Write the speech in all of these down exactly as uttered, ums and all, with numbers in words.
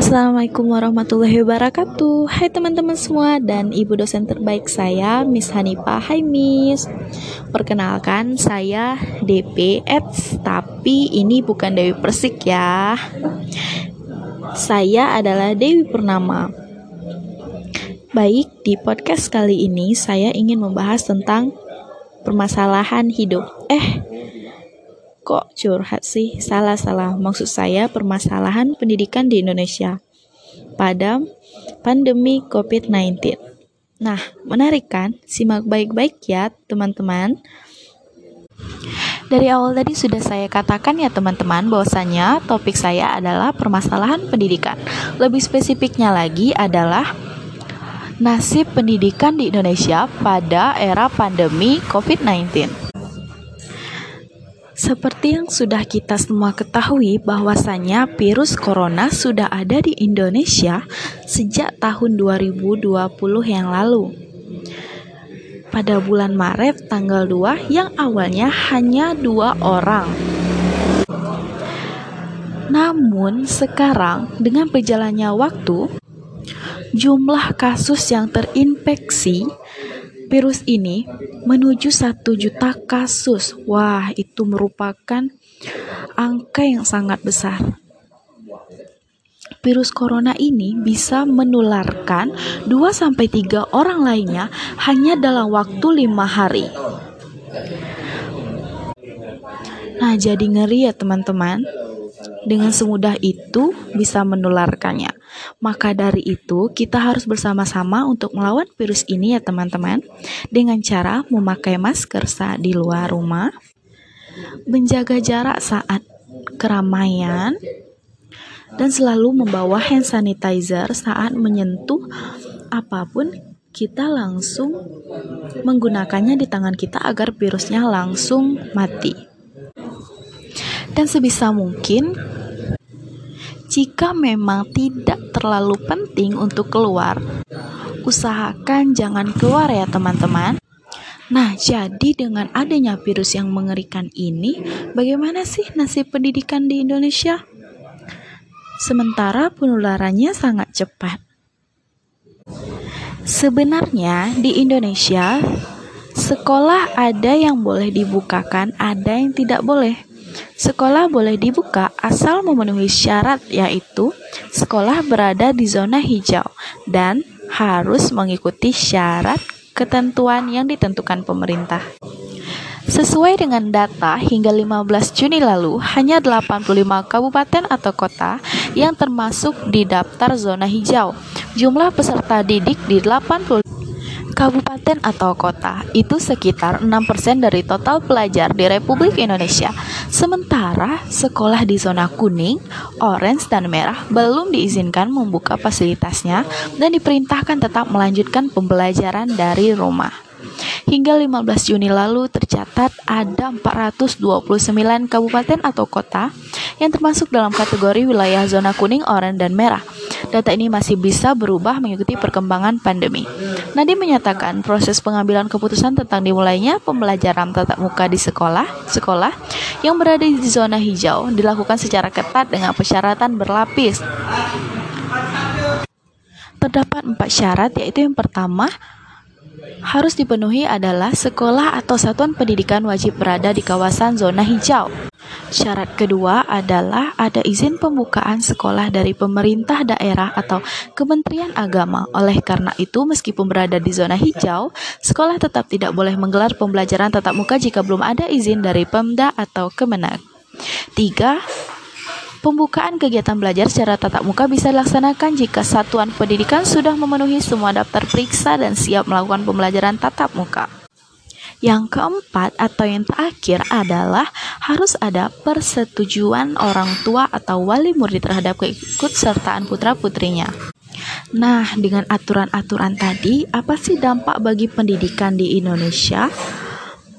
Assalamualaikum warahmatullahi wabarakatuh. Hai teman-teman semua dan ibu dosen terbaik saya, Miss Hanifah. Hai Miss. Perkenalkan, saya D P Eits, tapi ini bukan Dewi Persik ya. Saya adalah Dewi Purnama. Baik, di podcast kali ini saya ingin membahas tentang permasalahan hidup. Eh, kok curhat sih? Salah-salah. Maksud saya permasalahan pendidikan di Indonesia pada pandemi covid sembilan belas. Nah, menarik kan? Simak baik-baik ya, teman-teman. Dari awal tadi sudah saya katakan ya teman-teman, bahwasanya topik saya adalah permasalahan pendidikan. Lebih spesifiknya lagi adalah nasib pendidikan di Indonesia pada era pandemi covid sembilan belas. Seperti yang sudah kita semua ketahui bahwasanya virus corona sudah ada di Indonesia sejak tahun dua ribu dua puluh yang lalu. Pada bulan Maret tanggal dua yang awalnya hanya dua orang. Namun sekarang dengan berjalannya waktu, jumlah kasus yang terinfeksi virus ini menuju satu juta kasus. Wah, itu merupakan angka yang sangat besar. Virus corona ini bisa menularkan dua sampai tiga orang lainnya hanya dalam waktu lima hari. Nah, jadi ngeri ya teman-teman. Dengan semudah itu bisa menularkannya. Maka dari itu kita harus bersama-sama untuk melawan virus ini ya teman-teman, dengan cara memakai masker saat di luar rumah, menjaga jarak saat keramaian, dan selalu membawa hand sanitizer saat menyentuh apapun. Kita langsung menggunakannya di tangan kita agar virusnya langsung mati. Dan sebisa mungkin, jika memang tidak terlalu penting untuk keluar, usahakan jangan keluar ya teman-teman. Nah, jadi dengan adanya virus yang mengerikan ini, bagaimana sih nasib pendidikan di Indonesia? Sementara penularannya sangat cepat. Sebenarnya di Indonesia, sekolah ada yang boleh dibukakan, ada yang tidak boleh. Sekolah boleh dibuka asal memenuhi syarat, yaitu sekolah berada di zona hijau dan harus mengikuti syarat ketentuan yang ditentukan pemerintah. Sesuai dengan data hingga lima belas Juni lalu, hanya delapan puluh lima kabupaten atau kota yang termasuk di daftar zona hijau. Jumlah peserta didik di delapan puluh kabupaten atau kota itu sekitar enam persen dari total pelajar di Republik Indonesia. Sementara sekolah di zona kuning, orange, dan merah belum diizinkan membuka fasilitasnya dan diperintahkan tetap melanjutkan pembelajaran dari rumah. Hingga lima belas Juni lalu tercatat ada empat ratus dua puluh sembilan kabupaten atau kota yang termasuk dalam kategori wilayah zona kuning, oranye, dan merah. Data ini masih bisa berubah mengikuti perkembangan pandemi. Nadiem menyatakan proses pengambilan keputusan tentang dimulainya pembelajaran tatap muka di sekolah-sekolah yang berada di zona hijau dilakukan secara ketat dengan persyaratan berlapis. Terdapat empat syarat, yaitu yang pertama, harus dipenuhi adalah sekolah atau satuan pendidikan wajib berada di kawasan zona hijau. Syarat kedua adalah ada izin pembukaan sekolah dari pemerintah daerah atau Kementerian Agama. Oleh karena itu, meskipun berada di zona hijau, sekolah tetap tidak boleh menggelar pembelajaran tatap muka jika belum ada izin dari Pemda atau Kemenag. Tiga, pembukaan kegiatan belajar secara tatap muka bisa dilaksanakan jika satuan pendidikan sudah memenuhi semua daftar periksa dan siap melakukan pembelajaran tatap muka. Yang keempat atau yang terakhir adalah harus ada persetujuan orang tua atau wali murid terhadap keikutsertaan putra-putrinya. Nah, dengan aturan-aturan tadi, apa sih dampak bagi pendidikan di Indonesia?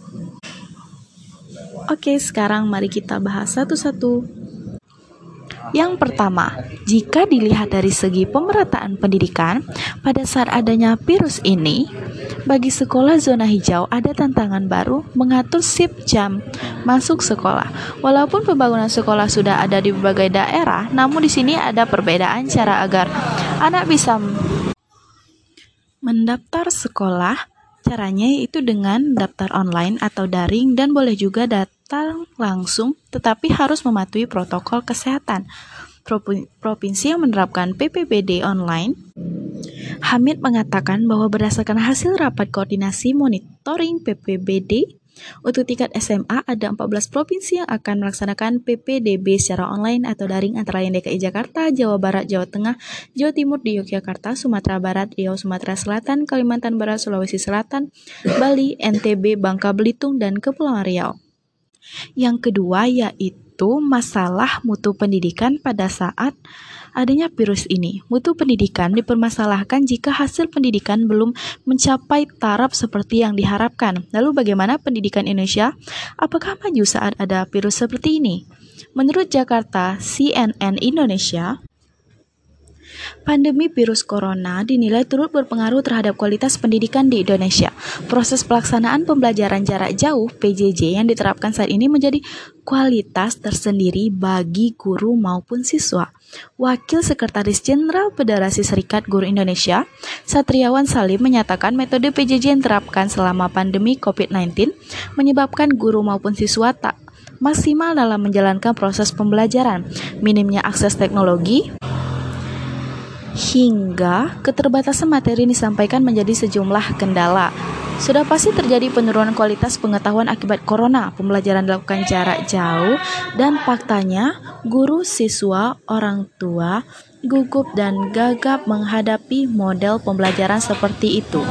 Oke, sekarang mari kita bahas satu-satu. Yang pertama, jika dilihat dari segi pemerataan pendidikan, pada saat adanya virus ini, bagi sekolah zona hijau ada tantangan baru mengatur shift jam masuk sekolah. Walaupun pembangunan sekolah sudah ada di berbagai daerah, namun di sini ada perbedaan cara agar anak bisa mendaftar sekolah. Caranya yaitu dengan daftar online atau daring dan boleh juga datang langsung, tetapi harus mematuhi protokol kesehatan. Provinsi yang menerapkan P P B D online, Hamid mengatakan bahwa berdasarkan hasil rapat koordinasi monitoring P P B D, untuk tingkat S M A ada empat belas provinsi yang akan melaksanakan P P D B secara online atau daring, antara lain D K I Jakarta, Jawa Barat, Jawa Tengah, Jawa Timur di Yogyakarta, Sumatera Barat, Riau, Sumatera Selatan, Kalimantan Barat, Sulawesi Selatan, Bali, N T B, Bangka Belitung, dan Kepulauan Riau. Yang kedua yaitu masalah mutu pendidikan pada saat adanya virus ini. Mutu pendidikan dipermasalahkan jika hasil pendidikan belum mencapai taraf seperti yang diharapkan. Lalu bagaimana pendidikan Indonesia? Apakah maju saat ada virus seperti ini? Menurut Jakarta C N N Indonesia, pandemi virus corona dinilai turut berpengaruh terhadap kualitas pendidikan di Indonesia. Proses pelaksanaan pembelajaran jarak jauh P J J yang diterapkan saat ini menjadi kualitas tersendiri bagi guru maupun siswa. Wakil Sekretaris Jenderal Federasi Serikat Guru Indonesia, Satriawan Salim, menyatakan metode P J J yang diterapkan selama pandemi covid sembilan belas menyebabkan guru maupun siswa tak maksimal dalam menjalankan proses pembelajaran. Minimnya akses teknologi hingga keterbatasan materi disampaikan menjadi sejumlah kendala. Sudah pasti terjadi penurunan kualitas pengetahuan akibat corona. Pembelajaran dilakukan jarak jauh dan faktanya guru, siswa, orang tua gugup dan gagap menghadapi model pembelajaran seperti itu.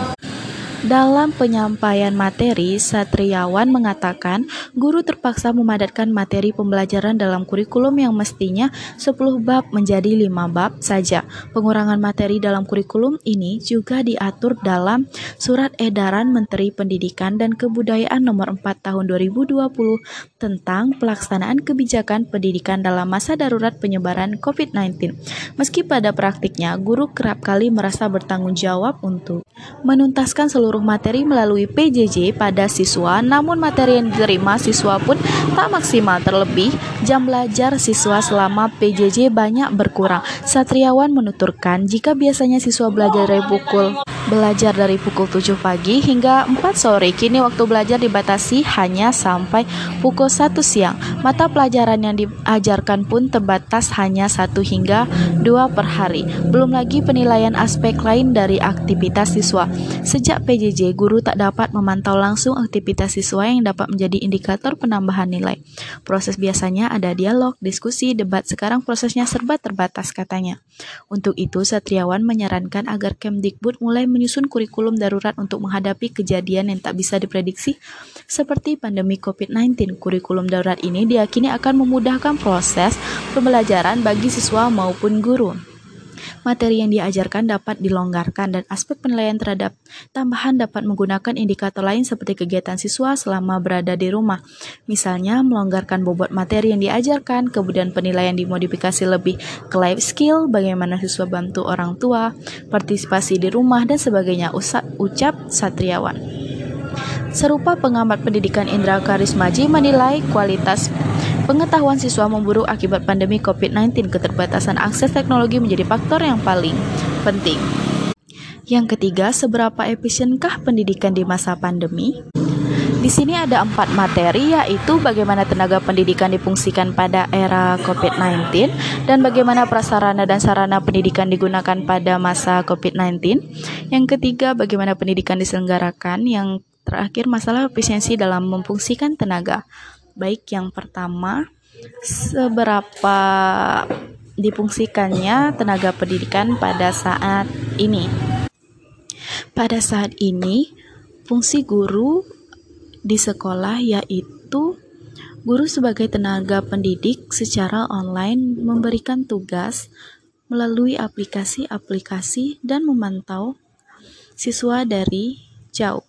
Dalam penyampaian materi, Satriawan mengatakan guru terpaksa memadatkan materi pembelajaran dalam kurikulum yang mestinya sepuluh bab menjadi lima bab saja. Pengurangan materi dalam kurikulum ini juga diatur dalam Surat Edaran Menteri Pendidikan dan Kebudayaan Nomor empat Tahun dua ribu dua puluh tentang pelaksanaan kebijakan pendidikan dalam masa darurat penyebaran covid sembilan belas. Meski pada praktiknya guru kerap kali merasa bertanggung jawab untuk menuntaskan seluruh materi melalui P J J pada siswa, namun materi yang diterima siswa pun tak maksimal, terlebih jam belajar siswa selama P J J banyak berkurang. Satriawan menuturkan jika biasanya siswa belajar dari pukul belajar dari pukul tujuh pagi hingga empat sore, kini waktu belajar dibatasi hanya sampai pukul satu siang. Mata pelajaran yang diajarkan pun terbatas hanya satu hingga dua per hari. Belum lagi penilaian aspek lain dari aktivitas siswa. Sejak P J J, guru tak dapat memantau langsung aktivitas siswa yang dapat menjadi indikator penambahan nilai. Proses biasanya ada dialog, diskusi, debat. Sekarang prosesnya serba terbatas, katanya. Untuk itu, Satriawan menyarankan agar Kemdikbud mulai menyusun kurikulum darurat untuk menghadapi kejadian yang tak bisa diprediksi seperti pandemi covid sembilan belas. Kurikulum darurat ini diyakini akan memudahkan proses pembelajaran bagi siswa maupun guru. Materi yang diajarkan dapat dilonggarkan dan aspek penilaian terhadap tambahan dapat menggunakan indikator lain seperti kegiatan siswa selama berada di rumah. Misalnya melonggarkan bobot materi yang diajarkan, kemudian penilaian dimodifikasi lebih ke life skill, bagaimana siswa bantu orang tua, partisipasi di rumah, dan sebagainya, ucap Satriawan. Serupa pengamat pendidikan Indra Karismaji menilai kualitas pengetahuan siswa memburuk akibat pandemi covid sembilan belas. Keterbatasan akses teknologi menjadi faktor yang paling penting. Yang ketiga, seberapa efisienkah pendidikan di masa pandemi? Di sini ada empat materi, yaitu bagaimana tenaga pendidikan difungsikan pada era covid sembilan belas dan bagaimana prasarana dan sarana pendidikan digunakan pada masa covid sembilan belas. Yang ketiga, bagaimana pendidikan diselenggarakan. Yang terakhir, masalah efisiensi dalam memfungsikan tenaga. Baik, yang pertama, seberapa difungsikannya tenaga pendidikan pada saat ini. Pada saat ini, fungsi guru di sekolah yaitu guru sebagai tenaga pendidik secara online memberikan tugas melalui aplikasi-aplikasi dan memantau siswa dari jauh.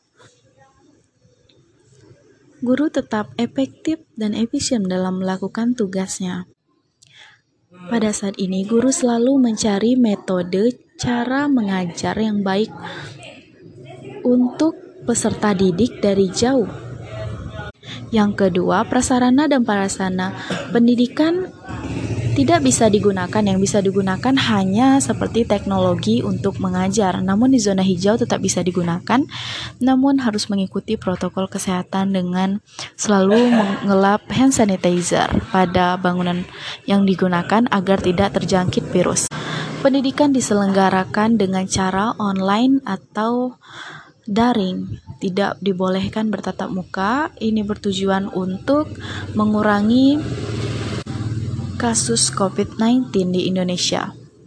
Guru tetap efektif dan efisien dalam melakukan tugasnya. Pada saat ini, guru selalu mencari metode cara mengajar yang baik untuk peserta didik dari jauh. Yang kedua, prasarana dan prasarana pendidikan tidak bisa digunakan. Yang bisa digunakan hanya seperti teknologi untuk mengajar. Namun di zona hijau tetap bisa digunakan, namun harus mengikuti protokol kesehatan dengan selalu mengelap hand sanitizer pada bangunan yang digunakan agar tidak terjangkit virus. Pendidikan diselenggarakan dengan cara online atau daring, tidak dibolehkan bertatap muka. Ini bertujuan untuk mengurangi kasus covid sembilan belas di Indonesia.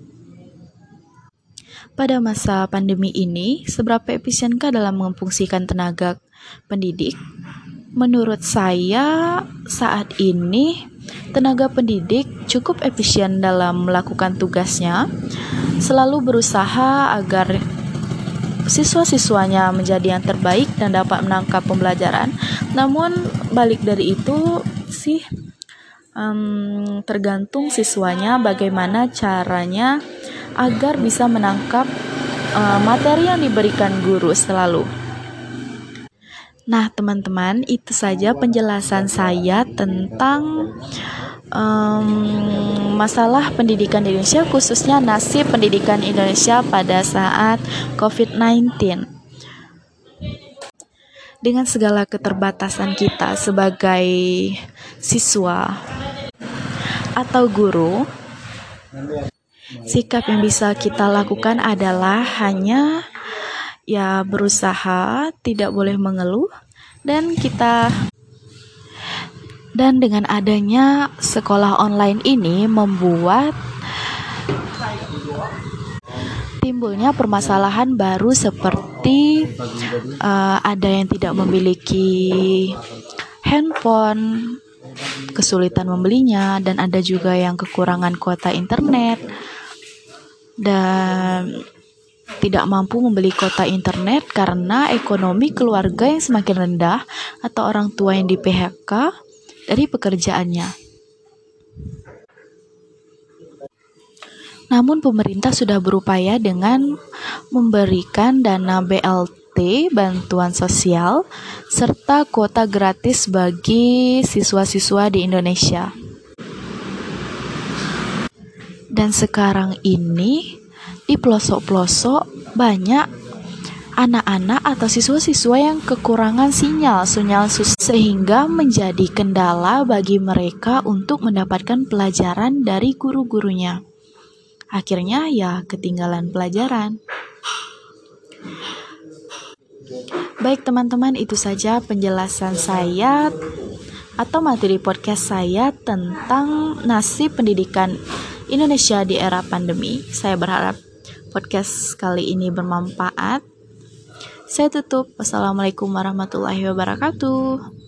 Pada masa pandemi ini, seberapa efisienkah dalam memfungsikan tenaga pendidik? Menurut saya, saat ini tenaga pendidik cukup efisien dalam melakukan tugasnya, selalu berusaha agar siswa-siswanya menjadi yang terbaik dan dapat menangkap pembelajaran. Namun balik dari itu sih um, tergantung siswanya bagaimana caranya agar bisa menangkap uh, materi yang diberikan guru selalu. Nah, teman-teman, itu saja penjelasan saya tentang um, masalah pendidikan di Indonesia, khususnya nasib pendidikan Indonesia pada saat covid sembilan belas. Dengan segala keterbatasan kita sebagai siswa atau guru, sikap yang bisa kita lakukan adalah hanya ya berusaha, tidak boleh mengeluh, dan kita dan dengan adanya sekolah online ini membuat timbulnya permasalahan baru seperti uh, ada yang tidak memiliki handphone, kesulitan membelinya, dan ada juga yang kekurangan kuota internet dan tidak mampu membeli kuota internet karena ekonomi keluarga yang semakin rendah atau orang tua yang di P H K dari pekerjaannya. Namun pemerintah sudah berupaya dengan memberikan dana B L T, bantuan sosial, serta kuota gratis bagi siswa-siswa di Indonesia. Dan sekarang ini di pelosok-pelosok banyak anak-anak atau siswa-siswa yang kekurangan sinyal, sinyal sus sehingga menjadi kendala bagi mereka untuk mendapatkan pelajaran dari guru-gurunya. Akhirnya ya ketinggalan pelajaran. Baik teman-teman, itu saja penjelasan saya atau materi podcast saya tentang nasib pendidikan Indonesia di era pandemi. Saya berharap podcast kali ini bermanfaat. Saya tutup. Wassalamualaikum warahmatullahi wabarakatuh.